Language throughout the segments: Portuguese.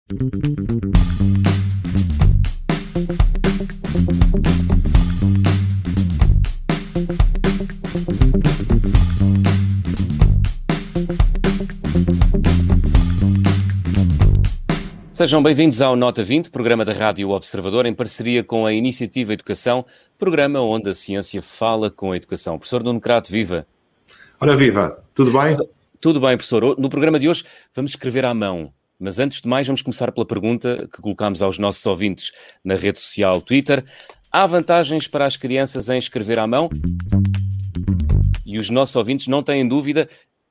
Sejam bem-vindos ao Nota 20, programa da Rádio Observador, em parceria com a Iniciativa Educação, programa onde a ciência fala com a educação. Professor Nuno Crato, viva! Ora, viva! Tudo bem? Tudo bem, professor. No programa de hoje vamos escrever à mão, mas antes de mais vamos começar pela pergunta que colocámos aos nossos ouvintes na rede social Twitter. Há vantagens para as crianças em escrever à mão? E os nossos ouvintes não têm dúvida,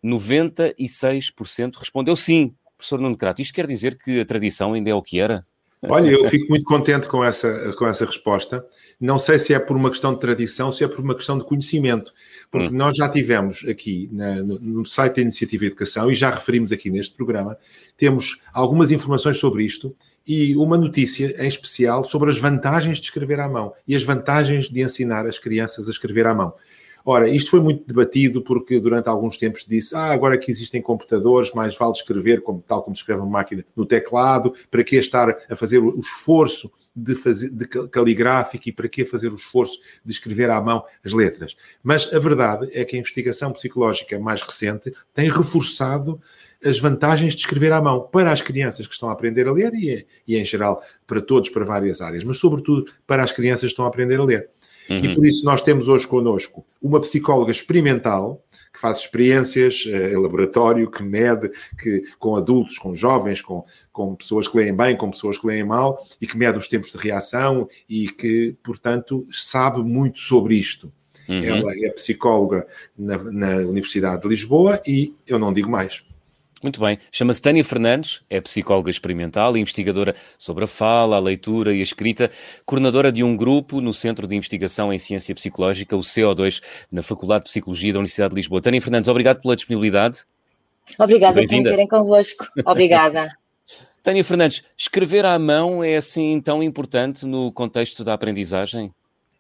96% respondeu sim. Professor Nuno Crato, isto quer dizer que a tradição ainda é o que era? Olha, eu fico muito contente com essa resposta. Não sei se é por uma questão de tradição, se é por uma questão de conhecimento. Porque nós já tivemos aqui no site da Iniciativa Educação, e já referimos aqui neste programa, temos algumas informações sobre isto e uma notícia em especial sobre as vantagens de escrever à mão e as vantagens de ensinar as crianças a escrever à mão. Ora, isto foi muito debatido porque durante alguns tempos disse agora que existem computadores, mais vale escrever tal como se escreve uma máquina no teclado, para que estar a fazer o esforço de caligráfico e para que fazer o esforço de escrever à mão as letras. Mas a verdade é que a investigação psicológica mais recente tem reforçado as vantagens de escrever à mão para as crianças que estão a aprender a ler e em geral para todos, para várias áreas, mas sobretudo para as crianças que estão a aprender a ler. E por isso nós temos hoje connosco uma psicóloga experimental que faz experiências em laboratório, que mede com adultos, com jovens, com pessoas que leem bem, com pessoas que leem mal e que mede os tempos de reação e que, portanto, sabe muito sobre isto. Ela é psicóloga na Universidade de Lisboa e eu não digo mais. Muito bem. Chama-se Tânia Fernandes, é psicóloga experimental e investigadora sobre a fala, a leitura e a escrita, coordenadora de um grupo no Centro de Investigação em Ciência Psicológica, o CO2, na Faculdade de Psicologia da Universidade de Lisboa. Tânia Fernandes, obrigado pela disponibilidade. Obrigada por me terem convosco. Obrigada. Tânia Fernandes, escrever à mão é assim tão importante no contexto da aprendizagem?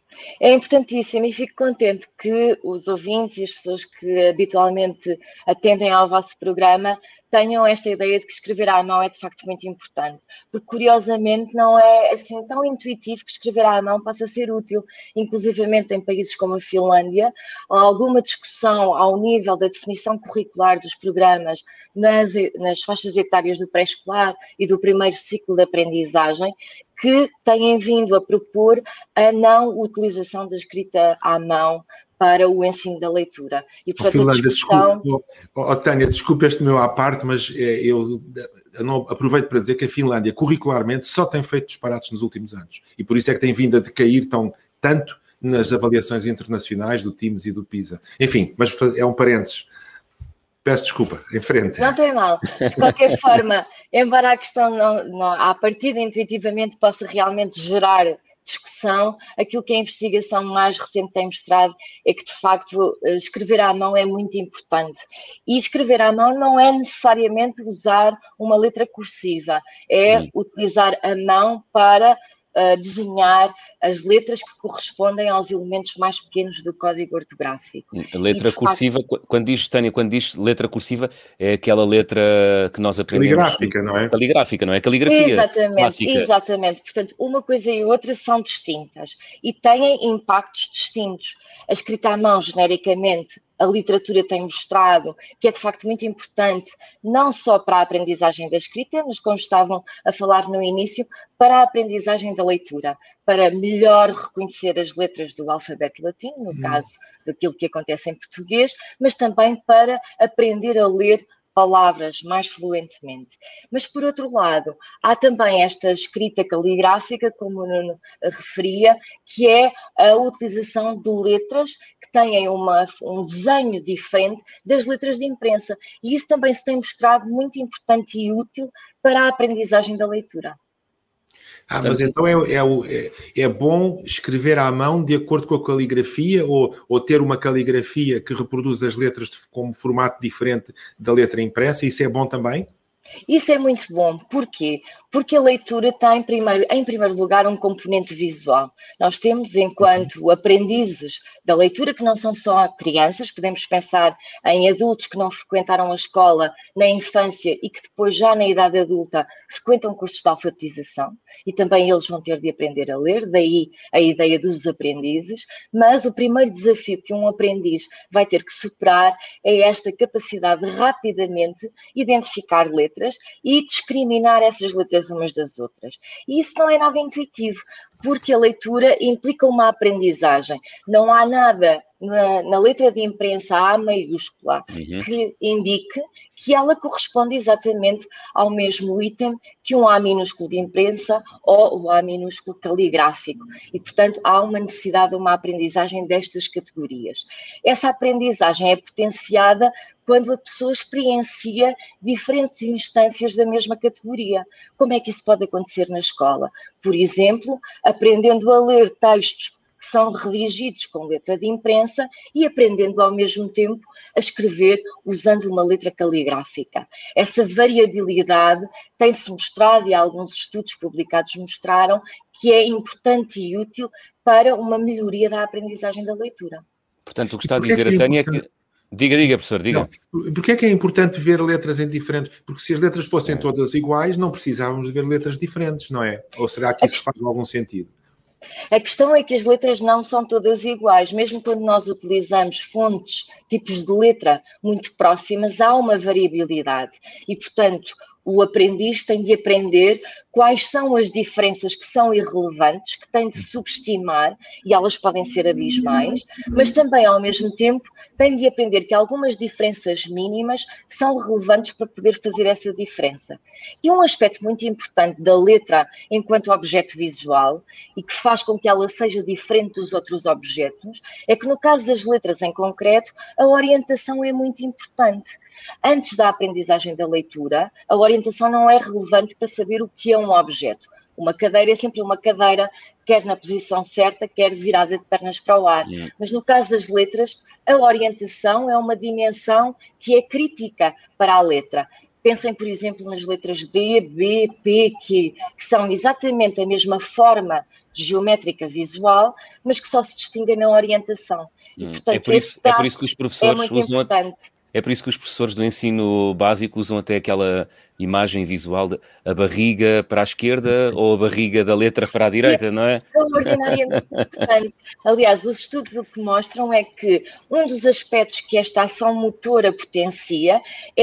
É importantíssimo e fico contente que os ouvintes e as pessoas que habitualmente atendem ao vosso programa tenham esta ideia de que escrever à mão é de facto muito importante, porque curiosamente não é assim tão intuitivo que escrever à mão possa ser útil, inclusivamente em países como a Finlândia. Há alguma discussão ao nível da definição curricular dos programas nas faixas etárias do pré-escolar e do primeiro ciclo de aprendizagem, que têm vindo a propor a não utilização da escrita à mão para o ensino da leitura. E, portanto, Finlândia, Tânia, desculpa este meu à parte, mas eu não aproveito para dizer que a Finlândia, curricularmente, só tem feito disparates nos últimos anos. E por isso é que tem vindo a decair tanto nas avaliações internacionais do TIMSS e do PISA. Enfim, mas é um parênteses. Peço desculpa, em frente. Não tem mal. De qualquer forma, embora a questão à partida intuitivamente possa realmente gerar discussão, aquilo que a investigação mais recente tem mostrado é que, de facto, escrever à mão é muito importante. E escrever à mão não é necessariamente usar uma letra cursiva, é utilizar a mão para desenhar as letras que correspondem aos elementos mais pequenos do código ortográfico. A letra cursiva, quando diz letra cursiva, é aquela letra que nós aprendemos... Caligráfica, não é? Caligráfica, não é? Caligrafia exatamente, clássica. Exatamente. Portanto, uma coisa e outra são distintas e têm impactos distintos. A escrita à mão, genericamente, a literatura tem mostrado que é de facto muito importante, não só para a aprendizagem da escrita, mas como estavam a falar no início, para a aprendizagem da leitura, para melhor reconhecer as letras do alfabeto latino, no caso daquilo que acontece em português, mas também para aprender a ler palavras mais fluentemente. Mas, por outro lado, há também esta escrita caligráfica, como o Nuno referia, que é a utilização de letras que têm um desenho diferente das letras de imprensa. E isso também se tem mostrado muito importante e útil para a aprendizagem da leitura. Mas então é bom escrever à mão de acordo com a caligrafia ou ter uma caligrafia que reproduz as letras com um formato diferente da letra impressa? Isso é bom também? Isso é muito bom. Porquê? Porque a leitura tem, em primeiro lugar, um componente visual. Nós temos, enquanto aprendizes da leitura, que não são só crianças, podemos pensar em adultos que não frequentaram a escola na infância e que depois, já na idade adulta, frequentam cursos de alfabetização, e também eles vão ter de aprender a ler, daí a ideia dos aprendizes, mas o primeiro desafio que um aprendiz vai ter que superar é esta capacidade de rapidamente identificar letras e discriminar essas letras umas das outras. E isso não é nada intuitivo, porque a leitura implica uma aprendizagem. Não há nada na letra de imprensa A maiúscula que indique que ela corresponde exatamente ao mesmo item que um A minúsculo de imprensa ou o A minúsculo caligráfico. E, portanto, há uma necessidade de uma aprendizagem destas categorias. Essa aprendizagem é potenciada quando a pessoa experiencia diferentes instâncias da mesma categoria. Como é que isso pode acontecer na escola? Por exemplo, aprendendo a ler textos que são redigidos com letra de imprensa e aprendendo ao mesmo tempo a escrever usando uma letra caligráfica. Essa variabilidade tem-se mostrado, e alguns estudos publicados mostraram, que é importante e útil para uma melhoria da aprendizagem da leitura. Portanto, o que está a dizer a Tânia é que... Diga, professor, diga. Porquê é que é importante ver letras em diferentes? Porque se as letras fossem todas iguais, não precisávamos de ver letras diferentes, não é? Ou será que isso faz algum sentido? A questão é que as letras não são todas iguais. Mesmo quando nós utilizamos fontes, tipos de letra muito próximas, há uma variabilidade. E, portanto, o aprendiz tem de aprender quais são as diferenças que são irrelevantes, que tem de subestimar, e elas podem ser abismais, mas também, ao mesmo tempo, tem de aprender que algumas diferenças mínimas são relevantes para poder fazer essa diferença. E um aspecto muito importante da letra enquanto objeto visual, e que faz com que ela seja diferente dos outros objetos, é que no caso das letras em concreto, a orientação é muito importante. Antes da aprendizagem da leitura, a orientação não é relevante para saber o que é um objeto. Uma cadeira é sempre uma cadeira, quer na posição certa, quer virada de pernas para o ar. Mas no caso das letras, a orientação é uma dimensão que é crítica para a letra. Pensem, por exemplo, nas letras D, B, P, Q, que são exatamente a mesma forma geométrica visual, mas que só se distinguem na orientação. E, portanto, é por isso que os professores usam... importante. É por isso que os professores do ensino básico usam até aquela imagem visual de a barriga para a esquerda ou a barriga da letra para a direita, não é? Extraordinariamente importante. Aliás, os estudos o que mostram é que um dos aspectos que esta ação motora potencia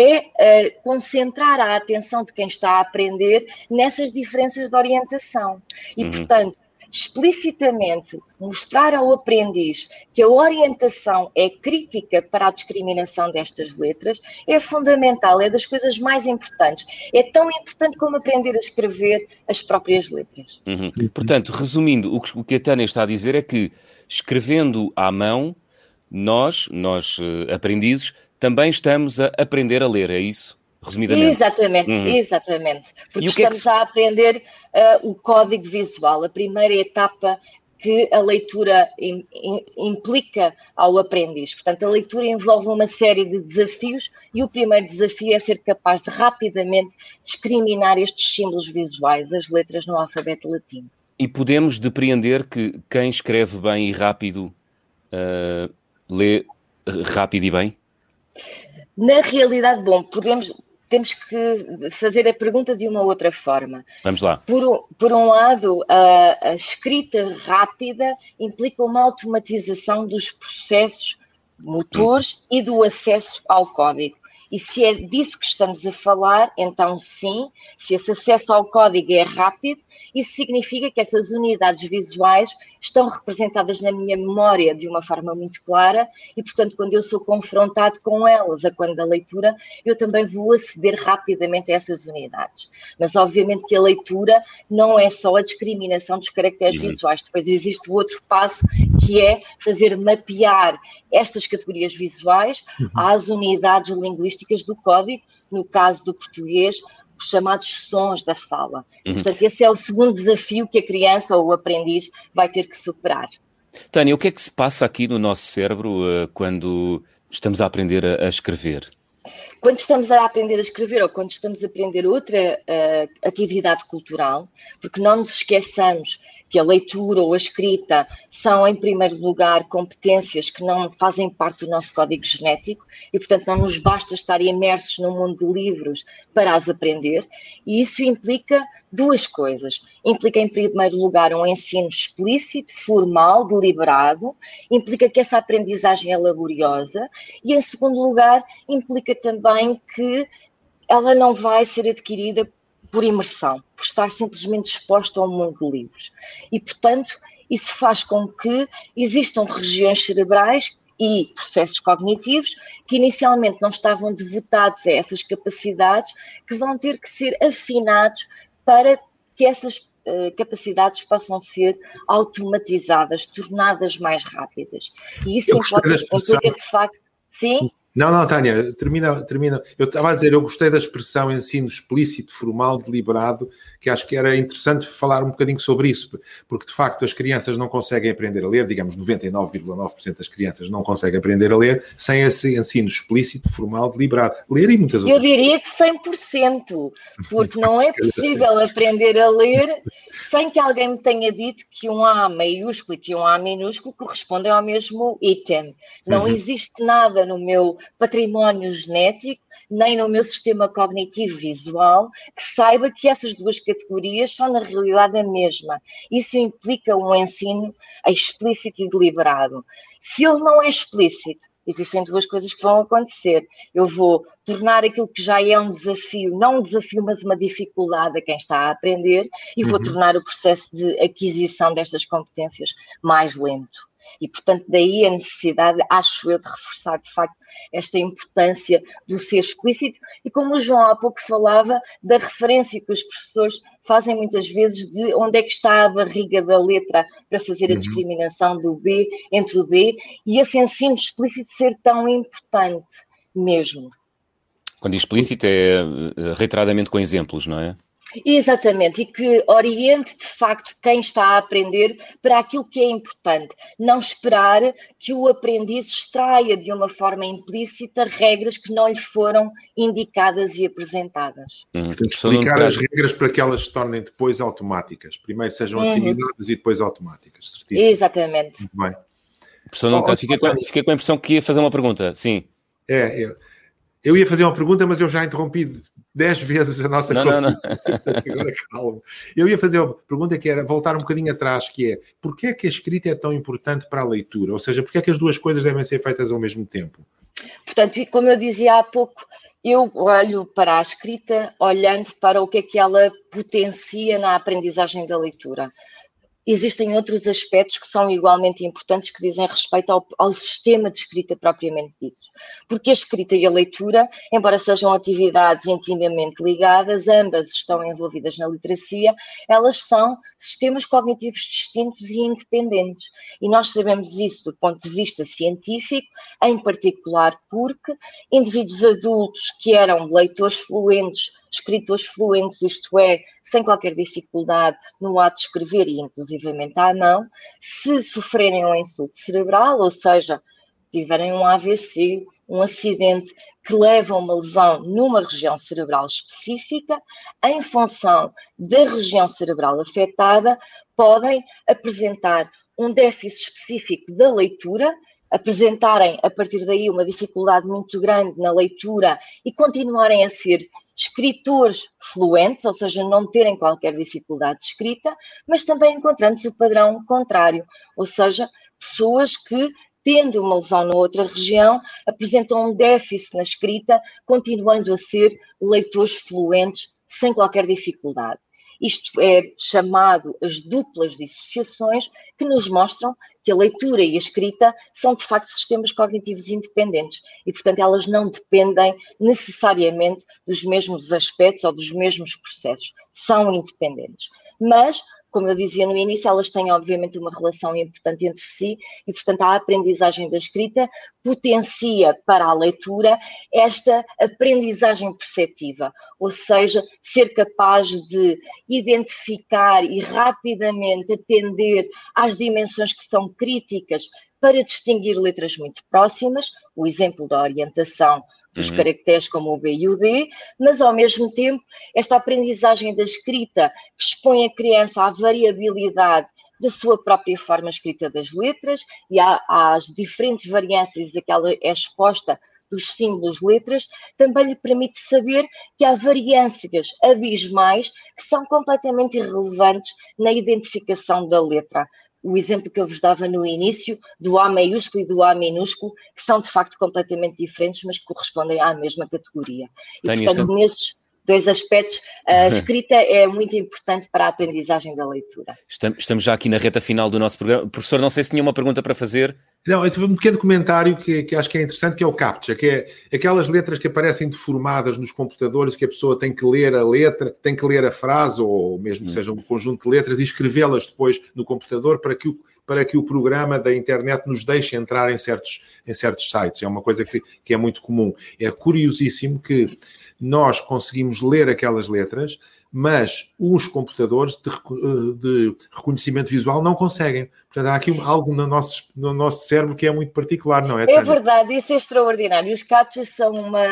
é concentrar a atenção de quem está a aprender nessas diferenças de orientação. E, portanto, explicitamente mostrar ao aprendiz que a orientação é crítica para a discriminação destas letras é fundamental, é das coisas mais importantes. É tão importante como aprender a escrever as próprias letras. Portanto, resumindo, o que a Tânia está a dizer é que, escrevendo à mão, nós aprendizes, também estamos a aprender a ler, é isso? Resumidamente. Exatamente. Porque estamos a aprender o código visual, a primeira etapa que a leitura implica ao aprendiz. Portanto, a leitura envolve uma série de desafios e o primeiro desafio é ser capaz de rapidamente discriminar estes símbolos visuais, as letras no alfabeto latino. E podemos depreender que quem escreve bem e rápido lê rápido e bem? Na realidade, temos que fazer a pergunta de uma outra forma. Vamos lá. Por um lado, a escrita rápida implica uma automatização dos processos motores e do acesso ao código. E se é disso que estamos a falar, então sim, se esse acesso ao código é rápido, isso significa que essas unidades visuais estão representadas na minha memória de uma forma muito clara e, portanto, quando eu sou confrontado com elas a quando da leitura, eu também vou aceder rapidamente a essas unidades. Mas, obviamente, que a leitura não é só a discriminação dos caracteres visuais. Depois existe o outro passo, que é fazer mapear estas categorias visuais às unidades linguísticas do código, no caso do português, os chamados sons da fala. Portanto, esse é o segundo desafio que a criança ou o aprendiz vai ter que superar. Tânia, o que é que se passa aqui no nosso cérebro quando estamos a aprender a escrever? Quando estamos a aprender a escrever ou quando estamos a aprender outra atividade cultural, porque não nos esqueçamos que a leitura ou a escrita são, em primeiro lugar, competências que não fazem parte do nosso código genético e, portanto, não nos basta estar imersos no mundo de livros para as aprender. E isso implica duas coisas. Implica, em primeiro lugar, um ensino explícito, formal, deliberado. Implica que essa aprendizagem é laboriosa. E, em segundo lugar, implica também que ela não vai ser adquirida por imersão, por estar simplesmente exposto ao mundo de livros. E, portanto, isso faz com que existam regiões cerebrais e processos cognitivos que inicialmente não estavam devotados a essas capacidades, que vão ter que ser afinados para que essas capacidades possam ser automatizadas, tornadas mais rápidas. E isso implica, de facto, sim? Não, Tânia, termina. Eu estava a dizer, eu gostei da expressão ensino explícito, formal, deliberado, que acho que era interessante falar um bocadinho sobre isso, porque de facto as crianças não conseguem aprender a ler, digamos 99,9% das crianças não conseguem aprender a ler sem esse ensino explícito, formal, deliberado. Ler e muitas outras. Eu diria que 100%, porque não é possível aprender a ler sem que alguém me tenha dito que um A maiúsculo e que um A minúsculo correspondem ao mesmo item. Não existe nada no meu património genético, nem no meu sistema cognitivo visual, que saiba que essas duas categorias são na realidade a mesma. Isso implica um ensino explícito e deliberado. Se ele não é explícito, existem duas coisas que vão acontecer. Eu vou tornar aquilo que já é um desafio, não um desafio, mas uma dificuldade a quem está a aprender, e vou tornar o processo de aquisição destas competências mais lento. E, portanto, daí a necessidade, acho eu, de reforçar, de facto, esta importância do ser explícito. E como o João há pouco falava, da referência que os professores fazem muitas vezes de onde é que está a barriga da letra para fazer a discriminação do B entre o D, e esse ensino explícito ser tão importante mesmo. Quando explícito é reiteradamente com exemplos, não é? Exatamente, e que oriente de facto quem está a aprender para aquilo que é importante. Não esperar que o aprendiz extraia de uma forma implícita regras que não lhe foram indicadas e apresentadas. Portanto, explicar as regras para que elas se tornem depois automáticas. Primeiro sejam assimiladas e depois automáticas. Certíssimo. Exatamente. Muito bem. Professor, fiquei com a impressão que ia fazer uma pergunta. Sim. Eu ia fazer uma pergunta, mas eu já interrompi 10 vezes a nossa conversa. Agora calma. Eu ia fazer uma pergunta que era voltar um bocadinho atrás, que é, porquê é que a escrita é tão importante para a leitura? Ou seja, porquê é que as duas coisas devem ser feitas ao mesmo tempo? Portanto, como eu dizia há pouco, eu olho para a escrita olhando para o que é que ela potencia na aprendizagem da leitura. Existem outros aspectos que são igualmente importantes, que dizem respeito ao sistema de escrita propriamente dito. Porque a escrita e a leitura, embora sejam atividades intimamente ligadas, ambas estão envolvidas na literacia, elas são sistemas cognitivos distintos e independentes. E nós sabemos isso do ponto de vista científico, em particular porque indivíduos adultos que eram leitores fluentes, escritores fluentes, isto é, sem qualquer dificuldade no ato de escrever e inclusivamente à mão, se sofrerem um insulto cerebral, ou seja, tiverem um AVC, um acidente que leva a uma lesão numa região cerebral específica, em função da região cerebral afetada, podem apresentar um déficit específico da leitura, apresentarem a partir daí uma dificuldade muito grande na leitura e continuarem a ser escritores fluentes, ou seja, não terem qualquer dificuldade de escrita, mas também encontramos o padrão contrário, ou seja, pessoas que, tendo uma lesão na outra região, apresentam um déficit na escrita, continuando a ser leitores fluentes sem qualquer dificuldade. Isto é chamado as duplas dissociações, que nos mostram que a leitura e a escrita são, de facto, sistemas cognitivos independentes e, portanto, elas não dependem necessariamente dos mesmos aspectos ou dos mesmos processos. São independentes. Mas, como eu dizia no início, elas têm, obviamente, uma relação importante entre si e, portanto, a aprendizagem da escrita potencia para a leitura esta aprendizagem perceptiva, ou seja, ser capaz de identificar e rapidamente atender às dimensões que são críticas para distinguir letras muito próximas, o exemplo da orientação dos caracteres como o B e o D, mas ao mesmo tempo esta aprendizagem da escrita que expõe a criança à variabilidade da sua própria forma escrita das letras e às diferentes variâncias a que ela é exposta dos símbolos letras, também lhe permite saber que há variâncias abismais que são completamente irrelevantes na identificação da letra. O exemplo que eu vos dava no início, do A maiúsculo e do A minúsculo, que são de facto completamente diferentes, mas que correspondem à mesma categoria. E, portanto, nesses dois aspectos, a escrita é muito importante para a aprendizagem da leitura. Estamos já aqui na reta final do nosso programa. Professor, não sei se tinha uma pergunta para fazer. Não, eu tive um pequeno comentário que acho que é interessante, que é o CAPTCHA, que é aquelas letras que aparecem deformadas nos computadores, que a pessoa tem que ler a letra, tem que ler a frase, ou mesmo que seja um conjunto de letras, e escrevê-las depois no computador para que o programa da internet nos deixe entrar em certos sites. É uma coisa que é muito comum. É curiosíssimo que nós conseguimos ler aquelas letras, mas os computadores de reconhecimento visual não conseguem. Portanto, há aqui algo no nosso cérebro que é muito particular, não é, Tânia? É verdade, isso é extraordinário. Os CAPTCHAs são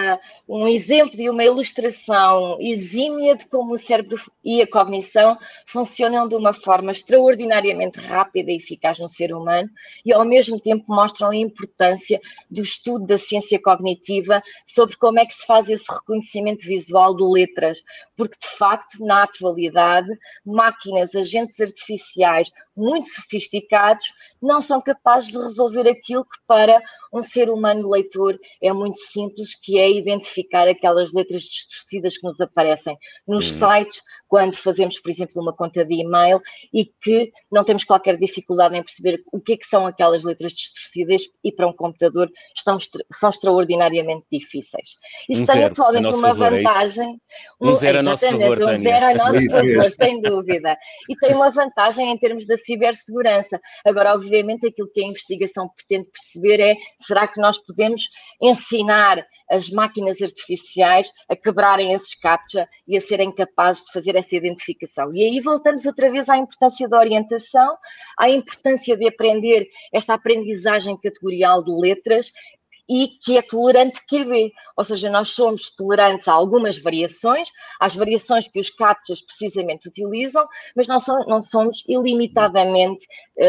um exemplo e uma ilustração exímia de como o cérebro e a cognição funcionam de uma forma extraordinariamente rápida e eficaz no ser humano e, ao mesmo tempo, mostram a importância do estudo da ciência cognitiva sobre como é que se faz esse reconhecimento visual de letras, porque, de facto, na atualidade, máquinas, agentes artificiais muito sofisticados não são capazes de resolver aquilo que para um ser humano leitor é muito simples, que é identificar aquelas letras distorcidas que nos aparecem nos sites quando fazemos, por exemplo, uma conta de e-mail e que não temos qualquer dificuldade em perceber o que é que são aquelas letras distorcidas e para um computador são extraordinariamente difíceis. Isso tem atualmente uma vantagem. Um zero a nosso favor, Tânia. Um zero a nosso favor, sem dúvida. E tem uma vantagem em termos da cibersegurança. Agora, obviamente, aquilo que a investigação pretende perceber é, será que nós podemos ensinar as máquinas artificiais a quebrarem esses CAPTCHA e a serem capazes de fazer essa identificação. E aí voltamos outra vez à importância da orientação, à importância de aprender esta aprendizagem categorial de letras e que é tolerante QB, ou seja, nós somos tolerantes a algumas variações, às variações que os CAPTCHAs precisamente utilizam, mas não somos ilimitadamente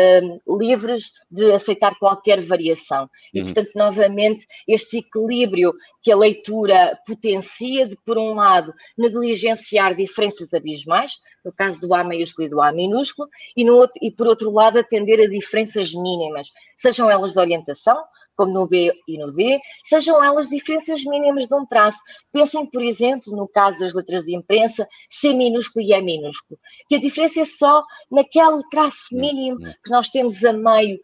livres de aceitar qualquer variação. E, portanto, novamente, este equilíbrio que a leitura potencia de, por um lado, negligenciar diferenças abismais, no caso do A maiúsculo e do A minúsculo, e por outro lado, atender a diferenças mínimas, sejam elas de orientação, como no B e no D, sejam elas diferenças mínimas de um traço. Pensem, por exemplo, no caso das letras de imprensa, C minúsculo e E minúsculo, que a diferença é só naquele traço mínimo que nós temos a meio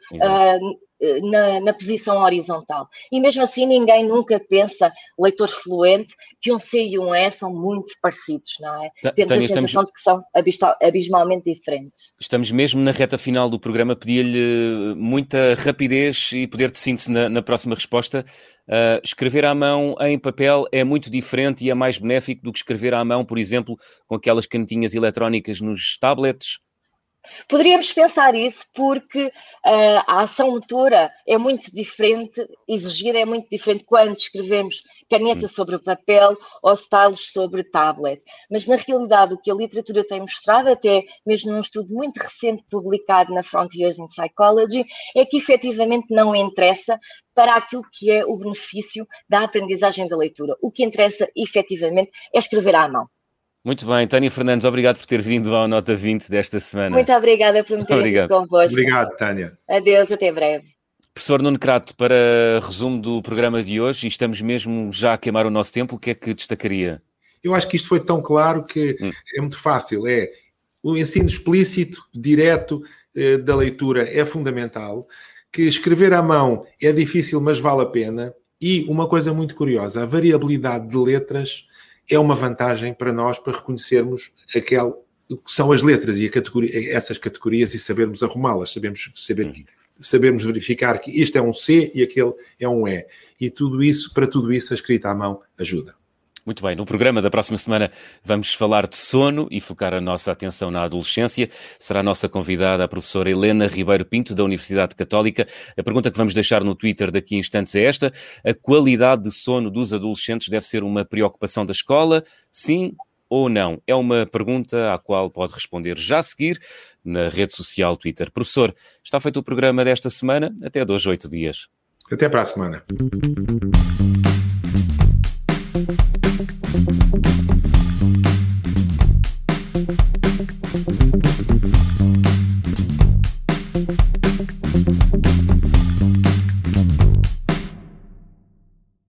na posição horizontal. E mesmo assim ninguém nunca pensa, leitor fluente, que um C e um E são muito parecidos, não é? Temos a sensação de que são abismalmente diferentes. Estamos mesmo na reta final do programa, pedia-lhe muita rapidez e poder de síntese na próxima resposta. Escrever à mão em papel é muito diferente e é mais benéfico do que escrever à mão, por exemplo, com aquelas canetinhas eletrónicas nos tablets? Poderíamos pensar isso porque a ação motora é muito diferente, exigida é muito diferente quando escrevemos caneta sobre papel ou stylus sobre tablet. Mas, na realidade, o que a literatura tem mostrado, até mesmo num estudo muito recente publicado na Frontiers in Psychology, é que efetivamente não interessa para aquilo que é o benefício da aprendizagem da leitura. O que interessa, efetivamente, é escrever à mão. Muito bem, Tânia Fernandes, obrigado por ter vindo ao Nota 20 desta semana. Muito obrigada por me ter vindo convosco. Obrigado, Tânia. Adeus, até breve. Professor Nuno Crato, para resumo do programa de hoje, e estamos mesmo já a queimar o nosso tempo, o que é que destacaria? Eu acho que isto foi tão claro que é muito fácil. O ensino explícito, direto da leitura é fundamental, que escrever à mão é difícil, mas vale a pena. E uma coisa muito curiosa, a variabilidade de letras é uma vantagem para nós para reconhecermos o que são as letras e essas categorias e sabermos arrumá-las, sabermos verificar que isto é um C e aquele é um E. E para tudo isso a escrita à mão ajuda. Muito bem, no programa da próxima semana vamos falar de sono e focar a nossa atenção na adolescência. Será a nossa convidada a professora Helena Ribeiro Pinto, da Universidade Católica. A pergunta que vamos deixar no Twitter daqui a instantes é esta: a qualidade de sono dos adolescentes deve ser uma preocupação da escola? Sim ou não? É uma pergunta à qual pode responder já a seguir na rede social Twitter. Professor, está feito o programa desta semana. Até 2 a 8 dias. Até para a semana. Thank you.